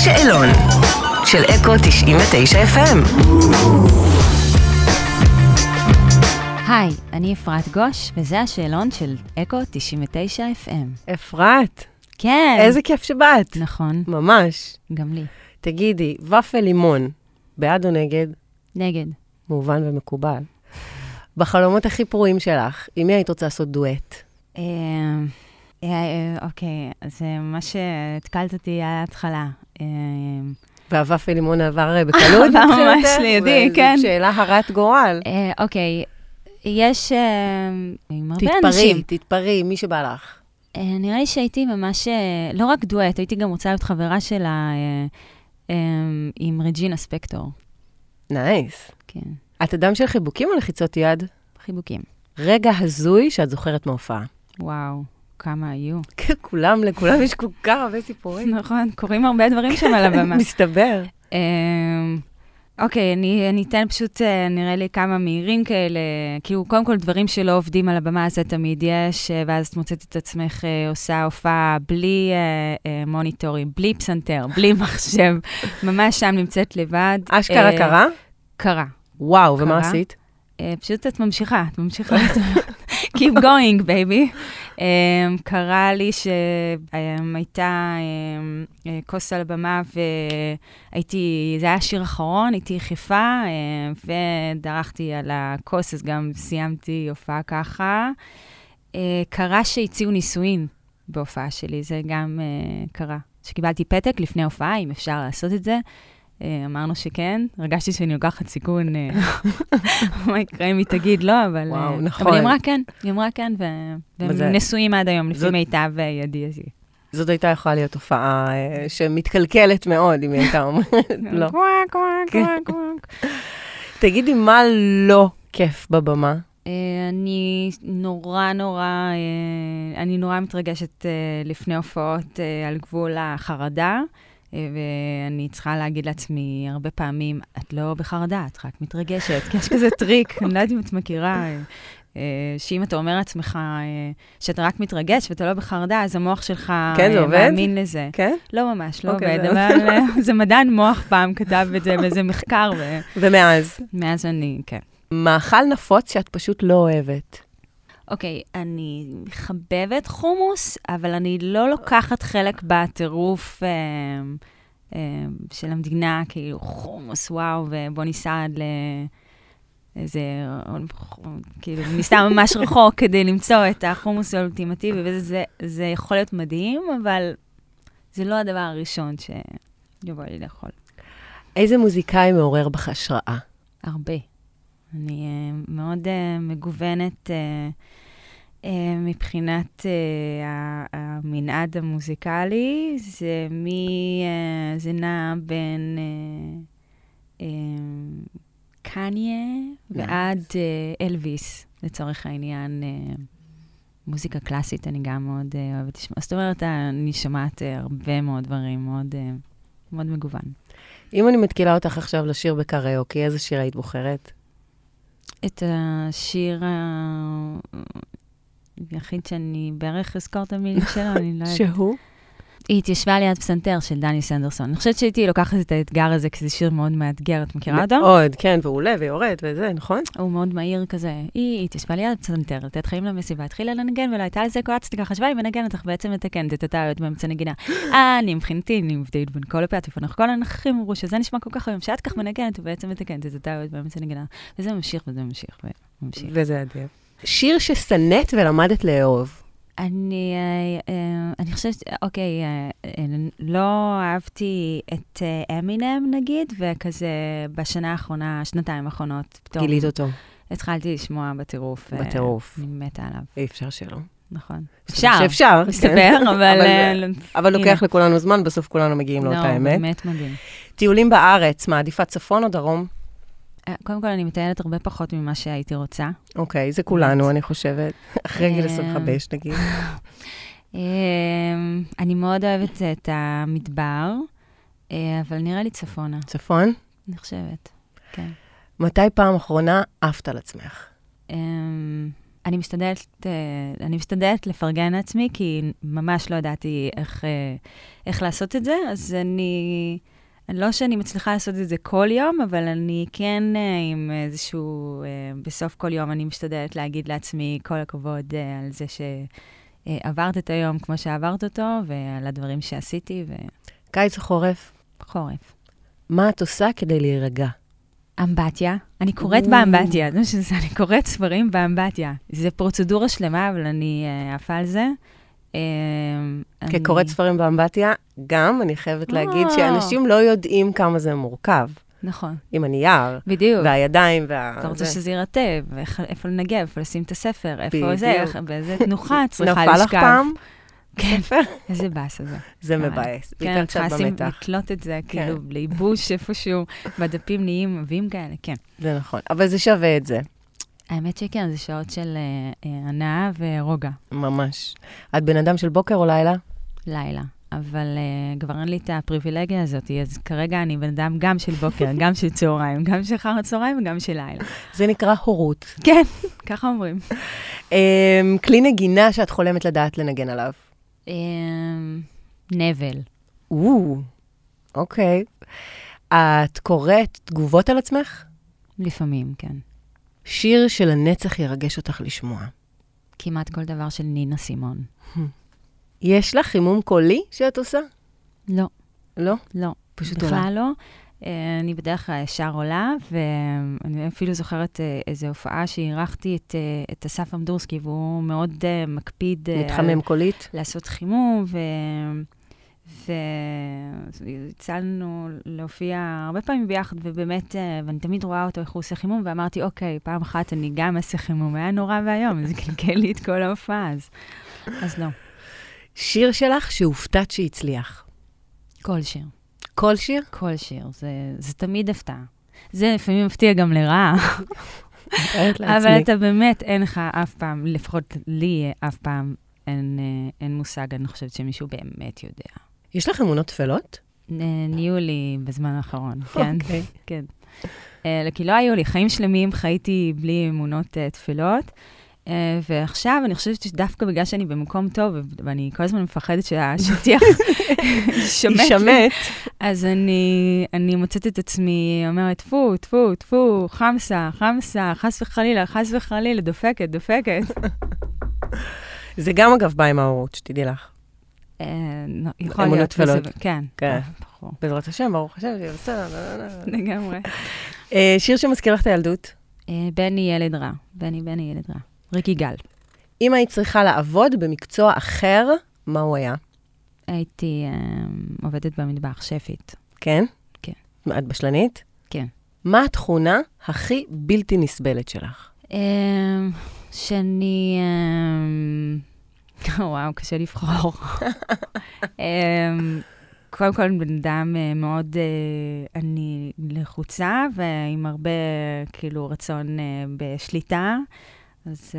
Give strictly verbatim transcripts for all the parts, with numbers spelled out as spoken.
השאלון של אקו תשעים ותשע אף אם. היי, אני אפרת גוש, וזה השאלון של אקו תשעים ותשע אף אם. אפרת? כן. איזה כיף שבאת. נכון. ממש. גם לי. תגידי, ופל לימון, בעד או נגד? נגד. מובן ומקובל. בחלומות הכי פרועים שלך, עם מי היית רוצה לעשות דואט? אוקיי, אז מה שהתקלת אותי על ההתחלה. והוופל לימון עבר בקלות? עבר ממש לידי, כן. וזו שאלה הרת גורל. אוקיי, יש עם הרבה אנשים. תתפרי, תתפרי, מי שבא לך. נראה לי שהייתי ממש, לא רק דואט, הייתי גם רוצה להיות חברה שלה עם רג'ינה ספקטור. נייס. כן. את אדם של חיבוקים או לחיצות יד? חיבוקים. רגע הזוי שאת זוכרת מהופעה. וואו, כמה היו. כולם, לכולם יש כל כך הרבה סיפורים. נכון, קוראים הרבה דברים שם על הבמה. מסתבר. אוקיי, אני אתן פשוט, נראה לי כמה מהירים כאלה, כאילו, קודם כל דברים שלא עובדים על הבמה, זה תמיד יש, ואז את מוצאת את עצמך עושה הופעה בלי מוניטורים, בלי פסנתר, בלי מחשב, ממש שם נמצאת לבד. אשכרה קרה? קרה. וואו, ומה עשית? פשוט את ממשיכה, את ממשיכה. Keep going, baby. קרה לי שהייתה כוס על הבמה, והייתי, זה היה שיר אחרון, הייתי חיפה, ודרכתי על הכוס, אז גם סיימתי הופעה ככה. קרה שהציעו נישואין בהופעה שלי, זה גם קרה. שקיבלתי פתק לפני הופעה, אם אפשר לעשות את זה. אמרנו שכן, הרגשתי שאני לוקחת סיכון, מה יקרה אם היא תגיד לא, אבל... וואו, נכון. אבל היא אמרה כן, היא אמרה כן, והם נשואים עד היום, לפי מיטב וידי. זאת הייתה יכולה להיות הופעה שמתקלקלת מאוד, אם היא הייתה אומרת, לא. קוואק, קוואק, קוואק, קוואק. תגידי, מה לא כיף בבמה? אני נורא נורא, אני נורא מתרגשת לפני הופעות על גבול החרדה, ואני צריכה להגיד לעצמי הרבה פעמים, את לא בחרדה, את רק מתרגשת, כי יש כזה טריק, אני לא יודעת אם את מכירה, שאם אתה אומר לעצמך שאתה רק מתרגש ואתה לא בחרדה, אז המוח שלך מאמין לזה. כן? לא ממש, לא עובד, אבל זה מדען מוח פעם כתב את זה באיזה מחקר. ומאז? מאז אני, כן. מאכל נפוץ שאת פשוט לא אוהבת. אוקיי, אני מחבבת חומוס, אבל אני לא לוקחת חלק בטירוף אה, אה, של המדינה, כאילו חומוס, וואו, ובוא ניסע עד לאיזה, כאילו ניסע ממש רחוק כדי למצוא את החומוס האולטימטיבי, וזה זה יכול להיות מדהים, אבל זה לא הדבר הראשון שיבוא לי לאכול. איזה מוזיקאי מעורר בך השראה? הרבה. אני uh, מאוד uh, מגוונת uh, uh, מבחינת uh, המנעד המוזיקלי. זה מי, uh, זה נע בין uh, uh, קניה ועד uh, אלוויס, לצורך העניין. Uh, מוזיקה קלאסית אני גם מאוד uh, אוהבת לשמוע. זאת אומרת, אני שומעת uh, הרבה מאוד דברים, מאוד, uh, מאוד מגוון. אם אני מתקילה אותך עכשיו לשיר בקריוקי, איזה שיר היית בוחרת? את השיר היחיד שאני בערך אזכור את המילים שלו, אני לא יודעת. שהוא? היא התיישבה ליד פסנתר של דני סנדרסון. אני חושבת שהייתי לוקחת את האתגר הזה, כי זה שיר מאוד מאתגר, את מכירה אותו? מאוד, כן, והוא עולה ויורד וזה, נכון? הוא מאוד מהיר כזה. היא התיישבה ליד פסנתר, לתת חיים למסיבה, התחילה לנגן, ולא הייתה לזה קואצת, ככה חשבה, היא מנגנת, אך בעצם מתקנת את הטעויות באמצע נגינה. אה, אני מבחינתי, אני מבדיל בין כל הפעטיפון, אך כל הנחים אמרו שזה נשמע כל כך היום, שאת כך מנגנת, ובעצם מתקנת את הטעויות באמצע נגינה. וזה ממשיך וזה ממשיך וממשיך. וזה אדיר. שיר ששנאת ולמדת לאהוב. אני, אני חושבת, אוקיי, לא אהבתי את אמינם, נגיד, וכזה בשנה האחרונה, שנתיים האחרונות, פתאום. גילית אותו. התחלתי לשמוע בטירוף. בטירוף. אני מתה עליו. אי אפשר שלא. נכון. אפשר. שאפשר. מסתבר, אבל... אבל לוקח לכולנו זמן, בסוף כולנו מגיעים לאותה אמת. לא, באמת מדהים. טיולים בארץ, מעדיפת צפון או דרום? קודם כל, אני מטיילת הרבה פחות ממה שהייתי רוצה. אוקיי, זה כולנו, אני חושבת. אחרי גיל עשרים וחמש, נגיד. אני מאוד אוהבת את המדבר, אבל נראה לי צפונה. צפון? אני חושבת, כן. מתי פעם אחרונה עפת על עצמך? אני משתדלת, אני משתדלת לפרגן לעצמי, כי ממש לא ידעתי איך, איך לעשות את זה, אז אני, לא שאני מצליחה לעשות את זה כל יום, אבל אני כן עם איזשהו, בסוף כל יום אני משתדלת להגיד לעצמי כל הכבוד על זה שעברת את היום כמו שעברת אותו, ועל הדברים שעשיתי. ו... קיץ או חורף? חורף. מה את עושה כדי להירגע? אמבטיה. אני קוראת באמבטיה. אני קוראת ספרים באמבטיה. זה פרוצדורה שלמה, אבל אני עפה על זה. כקוראת ספרים באמבטיה, גם אני חייבת להגיד שאנשים לא יודעים כמה זה מורכב. נכון. עם הנייר. בדיוק. והידיים וה... אתה רוצה שזה יירטב, איפה לנגב, איפה לשים את הספר, איפה זה, באיזה תנוחה צריכה לשכב. נפל לך פעם? כן, איזה באס הזה. זה מבאס, כן, חייבים לקלוט את זה, כאילו, לייבוש איפשהו, בדפים נהיים מביאים כאלה, כן. זה נכון, אבל זה שווה את זה. האמת שכן, זה שעות של הנאה ורוגע. ממש. את בן אדם של בוקר או לילה? לילה, אבל כבר אין לי את הפריבילגיה הזאת, אז כרגע אני בן אדם גם של בוקר, גם של צהריים, גם של אחר הצהריים וגם של לילה. זה נקרא הורות. כן, ככה אומרים. כלי נגינה שאת חולמת לדעת לנגן עליו? נבל. או, אוקיי. את קוראת תגובות על עצמך? לפעמים, כן. שיר של הנצח ירגש אותך לשמוע? כמעט כל דבר של נינה סימון. יש לך חימום קולי שאת עושה? לא. לא? לא. פשוט עולה. בכלל לא. אני בדרך כלל ישר עולה, ואני אפילו זוכרת איזו הופעה שהערכתי את, את אסף אמדורסקי, והוא מאוד uh, מקפיד... מתחמם קולית? לעשות חימום, ו... והצלנו להופיע הרבה פעמים ביחד, ובאמת, ואני תמיד רואה אותו איך הוא עושה חימום, ואמרתי, אוקיי, פעם אחת אני גם אעשה חימום, היה נורא והיום, זה קלקל לי את כל ההופעה, אז, אז לא. שיר שלך שהופתעת שהצליח? כל שיר. כל שיר? כל שיר, זה, זה תמיד הפתעה. זה לפעמים מפתיע גם לרעה. אבל אתה באמת, אין לך אף פעם, לפחות לי אף פעם, אין, אין מושג, אני חושבת שמישהו באמת יודע. יש לך אמונות תפלות? נהיו לי בזמן האחרון, כן. כן. כי לא היו לי חיים שלמים, חייתי בלי אמונות תפלות. ועכשיו אני חושבת שדווקא בגלל שאני במקום טוב, ואני כל הזמן מפחדת שהשטיח יישמט, אז אני, אני מוצאת את עצמי, אומרת, טפו, טפו, טפו, חמסה, חמסה, חס וחלילה, חס וחלילה, דופקת, דופקת. זה גם אגב בא עם ההורות, שתדעי לך. אמונות תפלות. כן. בעזרת השם, ברוך השם, זה בסדר. לגמרי. שיר שמזכיר לך את הילדות? בני ילד רע. בני, בני ילד רע. ריק יגאל. אם היית צריכה לעבוד במקצוע אחר, מה הוא היה? הייתי עובדת במטבח, שפית. כן? כן. את בשלנית? כן. מה התכונה הכי בלתי נסבלת שלך? שאני... וואו, קשה לבחור. קודם כל, בן אדם מאוד, אני לחוצה, ועם הרבה, כאילו, רצון בשליטה. אז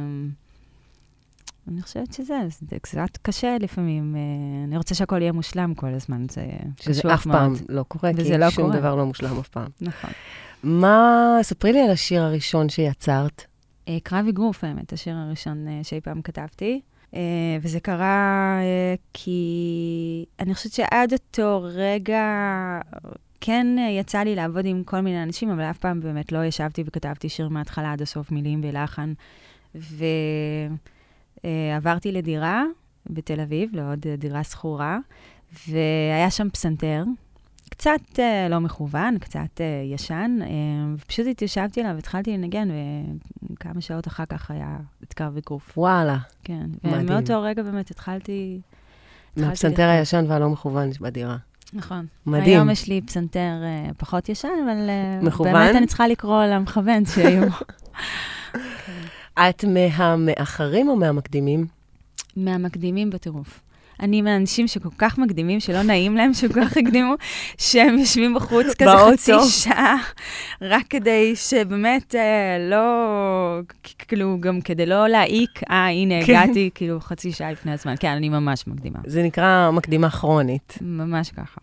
אני חושבת שזה, זה קצת קשה לפעמים. אני רוצה שהכל יהיה מושלם כל הזמן, זה שזה אף פעם לא קורה, כי שום דבר לא מושלם אף פעם. נכון. מה, ספרי לי על השיר הראשון שיצרת. קרב אגרוף, האמת, השיר הראשון שאי פעם כתבתי. וזה קרה כי אני חושבת שעד אותו רגע, כן יצא לי לעבוד עם כל מיני אנשים, אבל אף פעם באמת לא ישבתי וכתבתי שיר מההתחלה עד הסוף, מילים ולחן. ועברתי לדירה בתל אביב, לעוד דירה סחורה, והיה שם פסנתר, קצת לא מכוון, קצת ישן, ופשוט התיישבתי אליו, התחלתי לנגן, וכמה שעות אחר כך היה את קרב אגרוף. וואלה. כן, ומאותו רגע באמת התחלתי... מהפסנתר הישן והלא מכוון בדירה. נכון. מדהים. היום יש לי פסנתר פחות ישן, אבל מכוון? באמת אני צריכה לקרוא למכוון שהיו. את מהמאחרים או מהמקדימים? מהמקדימים בטירוף. אני מהאנשים שכל כך מקדימים, שלא נעים להם שכל כך הקדימו, שהם יושבים בחוץ כזה חצי שעה, רק כדי שבאמת לא, כאילו גם כדי לא להעיק, אה, הנה הגעתי, כאילו חצי שעה לפני הזמן. כן, אני ממש מקדימה. זה נקרא מקדימה כרונית. ממש ככה.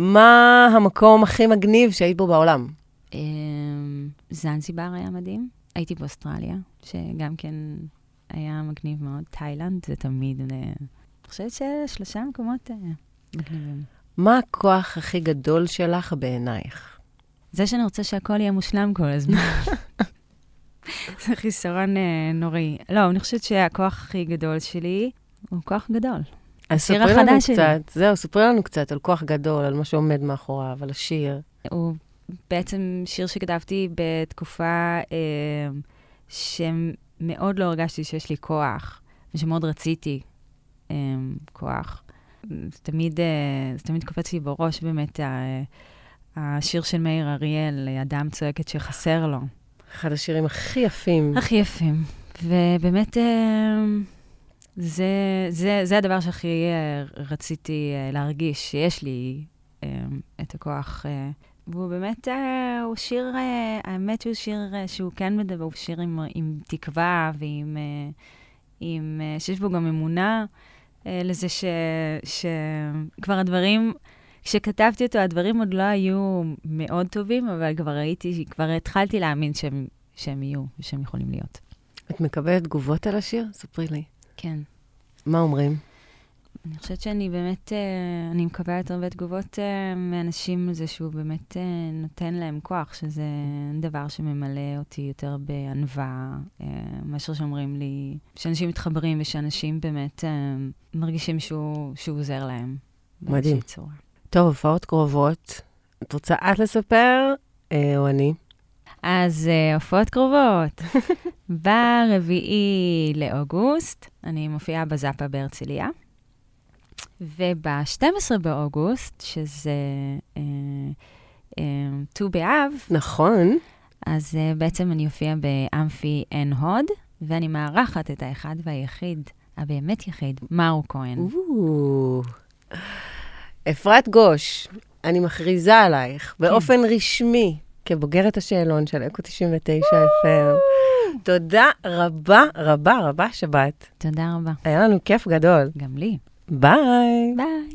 מה המקום הכי מגניב שהיית בו בעולם? זנזיבר היה מדהים. הייתי באוסטרליה, שגם כן היה מגניב מאוד. תאילנד זה תמיד, אני חושבת ששלושה מקומות מגניבים. מה הכוח הכי גדול שלך בעינייך? זה שאני רוצה שהכל יהיה מושלם כל הזמן. זה חיסרון נורי. לא, אני חושבת שהכוח הכי גדול שלי הוא כוח גדול. אז ספרי לנו קצת, זהו, ספרי לנו קצת על כוח גדול, על מה שעומד מאחוריו, על השיר. הוא בעצם שיר שכתבתי בתקופה אה, שמאוד לא הרגשתי שיש לי כוח, ושמאוד רציתי אה, כוח. זה תמיד, אה, זה תמיד קופץ לי בראש באמת ה, השיר של מאיר אריאל, אדם צועקת שחסר לו. אחד השירים הכי יפים. הכי יפים. ובאמת, אה, זה, זה, זה הדבר שהכי אה, רציתי אה, להרגיש, שיש לי אה, את הכוח. אה, והוא באמת, אה, הוא שיר, אה, האמת שהוא שיר אה, שהוא כן מדבר, הוא שיר עם, עם תקווה ועם, אה, עם, אה, שיש בו גם אמונה אה, לזה ש, שכבר הדברים, כשכתבתי אותו, הדברים עוד לא היו מאוד טובים, אבל כבר ראיתי, כבר התחלתי להאמין שהם, שהם יהיו ושהם יכולים להיות. את מקבלת תגובות על השיר? ספרי לי. כן. מה אומרים? אני חושבת שאני באמת, אני מקבלת הרבה תגובות מאנשים על זה שהוא באמת נותן להם כוח, שזה דבר שממלא אותי יותר בענווה, מאשר שאומרים לי, שאנשים מתחברים ושאנשים באמת מרגישים שהוא, שהוא עוזר להם. מדהים. טוב, הופעות קרובות. את רוצה את לספר או אני? אז הופעות קרובות. ברביעי לאוגוסט, אני מופיעה בזאפה בהרצליה. וב-שנים עשר באוגוסט, שזה אה, אה, ט"ו באב. נכון. אז אה, בעצם אני אופיע באמפי עין הוד, ואני מארחת את האחד והיחיד, הבאמת יחיד, מאור כהן. אפרת גוש, אני מכריזה עלייך באופן רשמי, כבוגרת השאלון של אקו תשעים ותשע אף אם. תודה רבה, רבה, רבה, שבת. תודה רבה. היה לנו כיף גדול. גם לי. ביי. ביי.